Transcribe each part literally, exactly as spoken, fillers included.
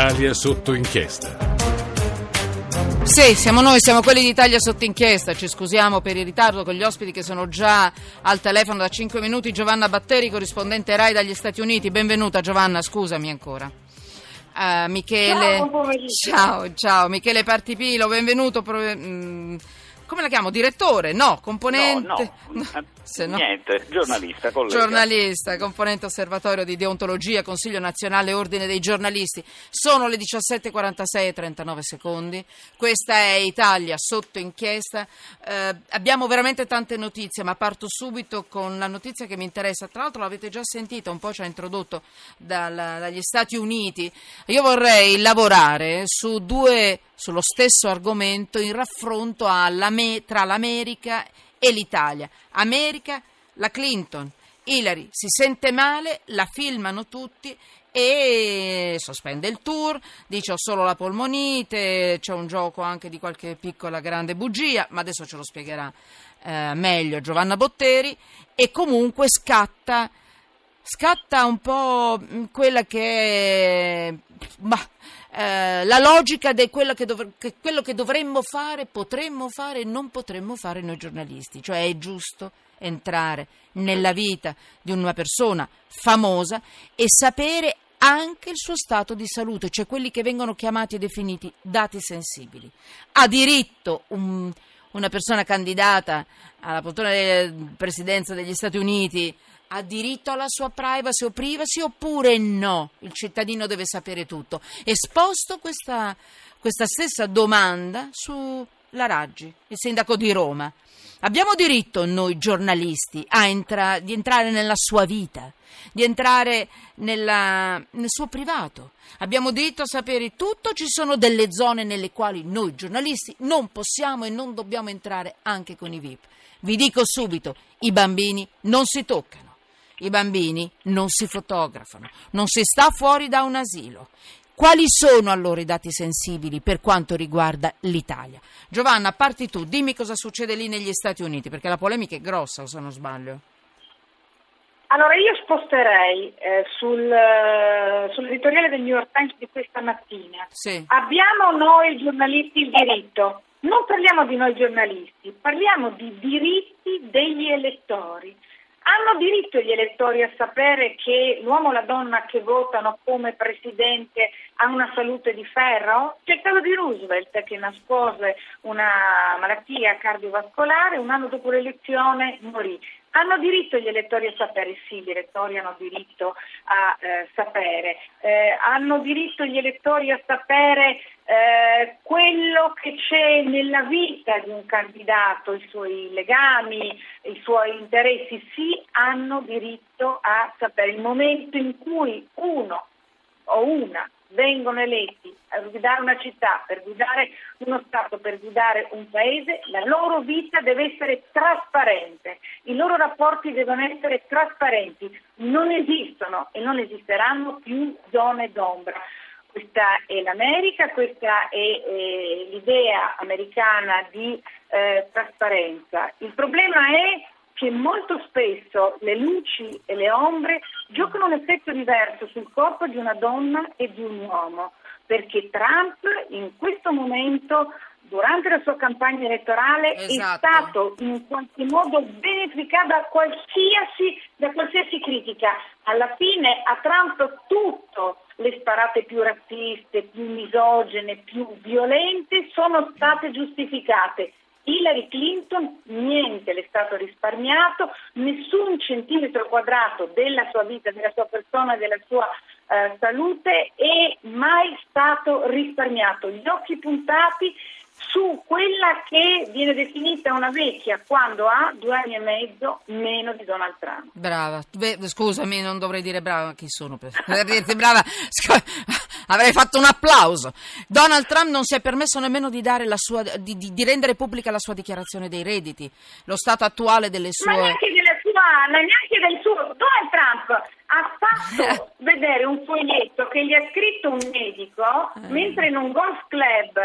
Italia sotto inchiesta. Sì, siamo noi, siamo quelli d'Italia sotto inchiesta. Ci scusiamo per il ritardo con gli ospiti che sono già al telefono da cinque minuti. Giovanna Batteri, corrispondente Rai dagli Stati Uniti. Benvenuta Giovanna, scusami ancora. Uh, Michele, ciao, buon pomeriggio. ciao, ciao, Michele Partipilo, benvenuto. Pro... Mm, come la chiamo? Direttore? No, componente. No, no, no. Se no... niente, giornalista, collega. Giornalista, componente osservatorio di deontologia, Consiglio Nazionale Ordine dei Giornalisti. Sono le diciassette e quarantasei e trentanove secondi. Questa è Italia sotto inchiesta. Eh, abbiamo veramente tante notizie, ma parto subito con la notizia che mi interessa. Tra l'altro l'avete già sentita, un po' ci ha introdotto dal, dagli Stati Uniti. Io vorrei lavorare su due, sullo stesso argomento in raffronto alla me, tra l'America e l'Italia. America, la Clinton, Hillary si sente male, la filmano tutti e sospende il tour, dice ho solo la polmonite, c'è un gioco anche di qualche piccola grande bugia, ma adesso ce lo spiegherà eh, meglio Giovanna Botteri, e comunque scatta scatta un po' quella che è bah, eh, la logica di quello che, dov- che quello che dovremmo fare, potremmo fare e non potremmo fare noi giornalisti, cioè è giusto entrare nella vita di una persona famosa e sapere anche il suo stato di salute, cioè quelli che vengono chiamati e definiti dati sensibili. Ha diritto un, una persona candidata alla poltrona della presidenza degli Stati Uniti, ha diritto alla sua privacy o privacy oppure no? Il cittadino deve sapere tutto. E sposto questa, questa stessa domanda sulla Raggi, il sindaco di Roma. Abbiamo diritto noi giornalisti a entra- di entrare nella sua vita, di entrare nella, nel suo privato. Abbiamo diritto a sapere tutto. Ci sono delle zone nelle quali noi giornalisti non possiamo e non dobbiamo entrare anche con i V I P. Vi dico subito, i bambini non si toccano. I bambini non si fotografano, non si sta fuori da un asilo. Quali sono allora i dati sensibili per quanto riguarda l'Italia? Giovanna, parti tu, dimmi cosa succede lì negli Stati Uniti, perché la polemica è grossa, o se non sbaglio. Allora io sposterei eh, sul, uh, sull'editoriale del New York Times di questa mattina. Sì. Abbiamo noi giornalisti il diritto. Non parliamo di noi giornalisti, parliamo di diritti degli elettori. Hanno diritto gli elettori a sapere che l'uomo o la donna che votano come presidente ha una salute di ferro? C'è il caso di Roosevelt che nascose una malattia cardiovascolare, un anno dopo l'elezione morì. Hanno diritto gli elettori a sapere? Sì, gli elettori hanno diritto a eh, sapere. Eh, hanno diritto gli elettori a sapere eh, quello che c'è nella vita di un candidato, i suoi legami, i suoi interessi. Sì, hanno diritto a sapere. Il momento in cui uno o una vengono eletti per guidare una città, per guidare uno Stato, per guidare un paese, la loro vita deve essere trasparente, i loro rapporti devono essere trasparenti, non esistono e non esisteranno più zone d'ombra. Questa è l'America, questa è eh, l'idea americana di eh, trasparenza. Il problema è che molto spesso le luci e le ombre giocano un effetto diverso sul corpo di una donna e di un uomo, perché Trump in questo momento, durante la sua campagna elettorale, esatto, è stato in qualche modo beneficiato da qualsiasi, da qualsiasi critica. Alla fine a Trump tutto, le sparate più razziste, più misogene, più violente sono state giustificate. Hillary Clinton niente le è stato risparmiato, nessun centimetro quadrato della sua vita, della sua persona, della sua eh, salute è mai stato risparmiato. Gli occhi puntati su quella che viene definita una vecchia quando ha due anni e mezzo meno di Donald Trump. Brava, Beh, scusami, non dovrei dire brava, chi sono per, per dirti brava? Avrei fatto un applauso. Donald Trump non si è permesso nemmeno di dare la sua, di, di, di rendere pubblica la sua dichiarazione dei redditi, lo stato attuale delle sue. Ma neanche della sua, neanche del suo. Donald Trump ha fatto vedere un foglietto che gli ha scritto un medico eh. mentre in un golf club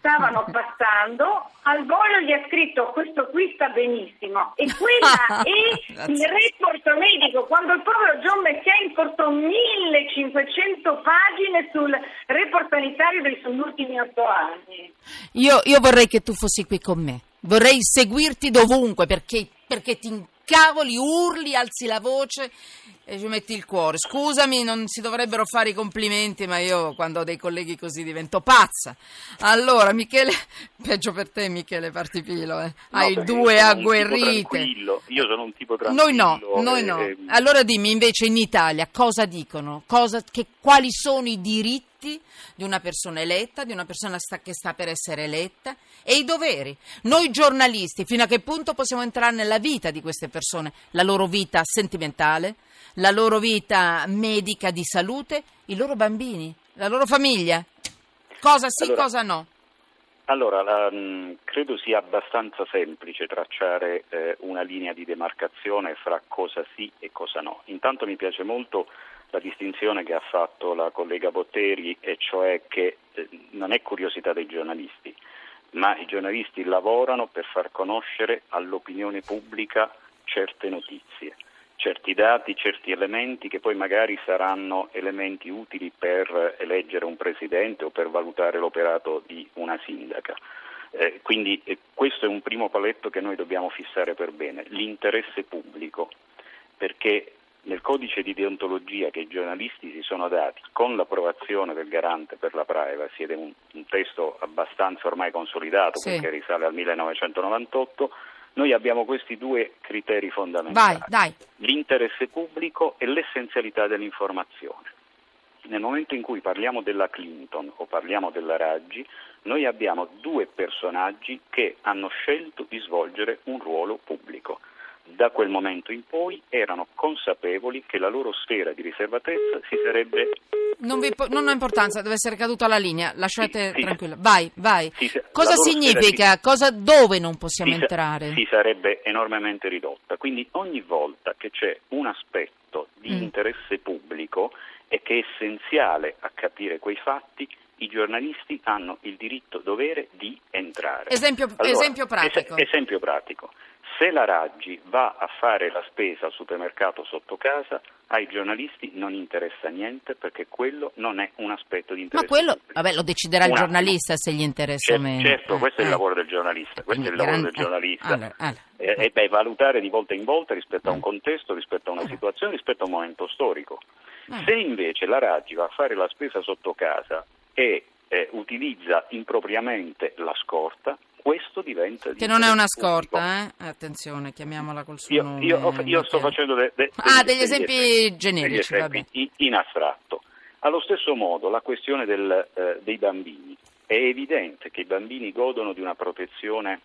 stavano passando, al volo gli ha scritto questo qui sta benissimo, e quella è il report medico, quando il povero John McCain portò millecinquecento pagine sul report sanitario dei suoi ultimi otto anni. Io, io vorrei che tu fossi qui con me, vorrei seguirti dovunque, perché, perché ti incavoli, urli, alzi la voce e ci metti il cuore. Scusami, non si dovrebbero fare i complimenti, ma io quando ho dei colleghi così divento pazza. Allora, Michele, peggio per te, Michele Partipilo, eh. No, Hai due agguerrite. Io sono un tipo tranquillo. Noi no, noi no. E... Allora dimmi invece in Italia cosa dicono, cosa, che, quali sono i diritti di una persona eletta, di una persona sta, che sta per essere eletta, e i doveri. Noi giornalisti, fino a che punto possiamo entrare nella vita di queste persone, la loro vita sentimentale, la loro vita medica di salute, i loro bambini, la loro famiglia, cosa sì, allora, cosa no. Allora, la, mh, credo sia abbastanza semplice tracciare eh, una linea di demarcazione fra cosa sì e cosa no. Intanto mi piace molto la distinzione che ha fatto la collega Botteri, e cioè che eh, non è curiosità dei giornalisti, ma i giornalisti lavorano per far conoscere all'opinione pubblica certe notizie, certi dati, certi elementi che poi magari saranno elementi utili per eleggere un presidente o per valutare l'operato di una sindaca. Eh, quindi eh, questo è un primo paletto che noi dobbiamo fissare per bene, l'interesse pubblico, perché nel codice di deontologia che i giornalisti si sono dati con l'approvazione del garante per la privacy, ed è un, un testo abbastanza ormai consolidato, sì, perché risale al millenovecentonovantotto, noi abbiamo questi due criteri fondamentali. Vai, dai. L'interesse pubblico e l'essenzialità dell'informazione. Nel momento in cui parliamo della Clinton o parliamo della Raggi, noi abbiamo due personaggi che hanno scelto di svolgere un ruolo pubblico. Da quel momento in poi erano consapevoli che la loro sfera di riservatezza si sarebbe... Non, vi, non ha importanza, deve essere caduta la linea, lasciate sì, tranquilla. Sì. Vai, vai. Sì, cosa significa? Si, cosa, dove non possiamo si, entrare? Si sarebbe enormemente ridotta. Quindi ogni volta che c'è un aspetto di mm. interesse pubblico e che è essenziale a capire quei fatti, i giornalisti hanno il diritto dovere di entrare. Esempio, allora, esempio pratico. Es- esempio pratico. Se la Raggi va a fare la spesa al supermercato sotto casa, ai giornalisti non interessa niente, perché quello non è un aspetto di interesse. Ma quello, pubblico. vabbè, lo deciderà il un giornalista se gli interessa o certo, meno. Certo, eh, questo eh. è il lavoro del giornalista, questo è il lavoro del giornalista. Allora, allora. E, e beh, valutare di volta in volta rispetto a un contesto, rispetto a una situazione, rispetto a un momento storico. Se invece la Raggi va a fare la spesa sotto casa e eh, utilizza impropriamente la scorta, questo diventa... Che non è una scorta, eh? Attenzione, chiamiamola col suo io, nome. Io, io sto facendo de, de, ah, degli, degli esempi degli esempi, generici, degli esempi in, in astratto. Allo stesso modo la questione del, eh, dei bambini. È evidente che i bambini godono di una protezione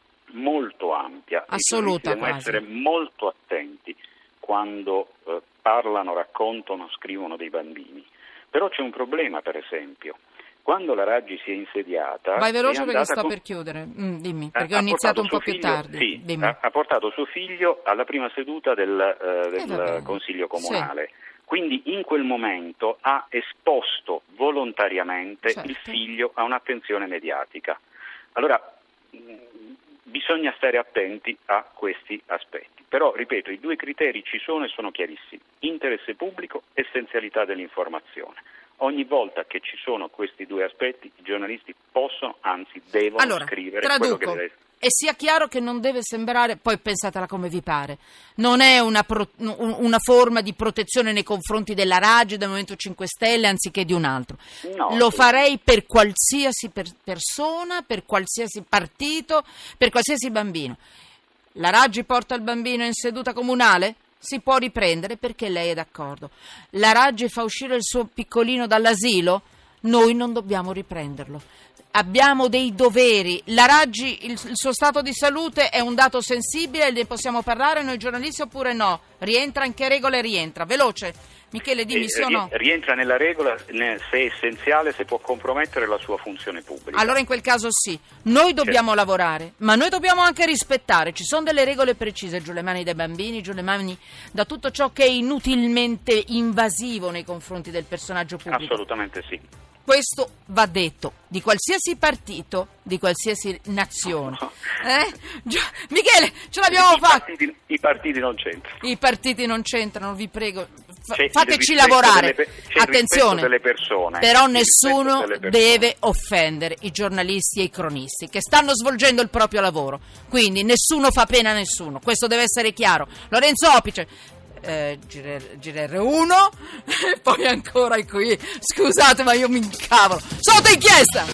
molto ampia. Assoluta, devono quasi. essere molto attenti quando eh, parlano, raccontano, scrivono dei bambini. Però c'è un problema, per esempio. Quando la Raggi si è insediata... Vai veloce perché sto con... per chiudere, mm, dimmi, perché ha, ho iniziato un po' figlio, più tardi. Sì, dimmi. Ha, ha portato suo figlio alla prima seduta del, uh, del eh, Consiglio Comunale. Sì. Quindi in quel momento ha esposto volontariamente certo. il figlio a un'attenzione mediatica. Allora, mh, bisogna stare attenti a questi aspetti. Però, ripeto, i due criteri ci sono e sono chiarissimi. Interesse pubblico, essenzialità dell'informazione. Ogni volta che ci sono questi due aspetti, i giornalisti possono, anzi devono allora, scrivere traduco. quello che deve. E sia chiaro che non deve sembrare, poi pensatela come vi pare, non è una, pro, una forma di protezione nei confronti della Raggi, del Movimento cinque Stelle, anziché di un altro. No, Lo sì. farei per qualsiasi per persona, per qualsiasi partito, per qualsiasi bambino. La Raggi porta il bambino in seduta comunale? Si può riprendere perché lei è d'accordo. La Raggi fa uscire il suo piccolino dall'asilo? Noi non dobbiamo riprenderlo. Abbiamo dei doveri. La Raggi, il, il suo stato di salute è un dato sensibile, ne possiamo parlare noi giornalisti oppure no? Rientra, in che regole rientra? Veloce. Michele, dimmi sì o no? Rientra nella regola se è essenziale, se può compromettere la sua funzione pubblica. Allora in quel caso sì. Noi dobbiamo certo. lavorare, ma noi dobbiamo anche rispettare. Ci sono delle regole precise, giù le mani dai bambini, giù le mani da tutto ciò che è inutilmente invasivo nei confronti del personaggio pubblico. Assolutamente sì. Questo va detto, di qualsiasi partito, di qualsiasi nazione. Eh? Gio- Michele, ce l'abbiamo I fatta. partiti, I partiti non c'entrano. I partiti non c'entrano, vi prego. Fa- C'è fateci il rispetto lavorare. delle pe- c'è il Attenzione, rispetto delle persone. però Il nessuno rispetto delle persone. deve offendere i giornalisti e i cronisti che stanno svolgendo il proprio lavoro. Quindi nessuno fa pena a nessuno. Questo deve essere chiaro. Lorenzo Opice, eh, G R uno e poi ancora qui. Scusate, ma io mi incavolo. Sotto inchiesta!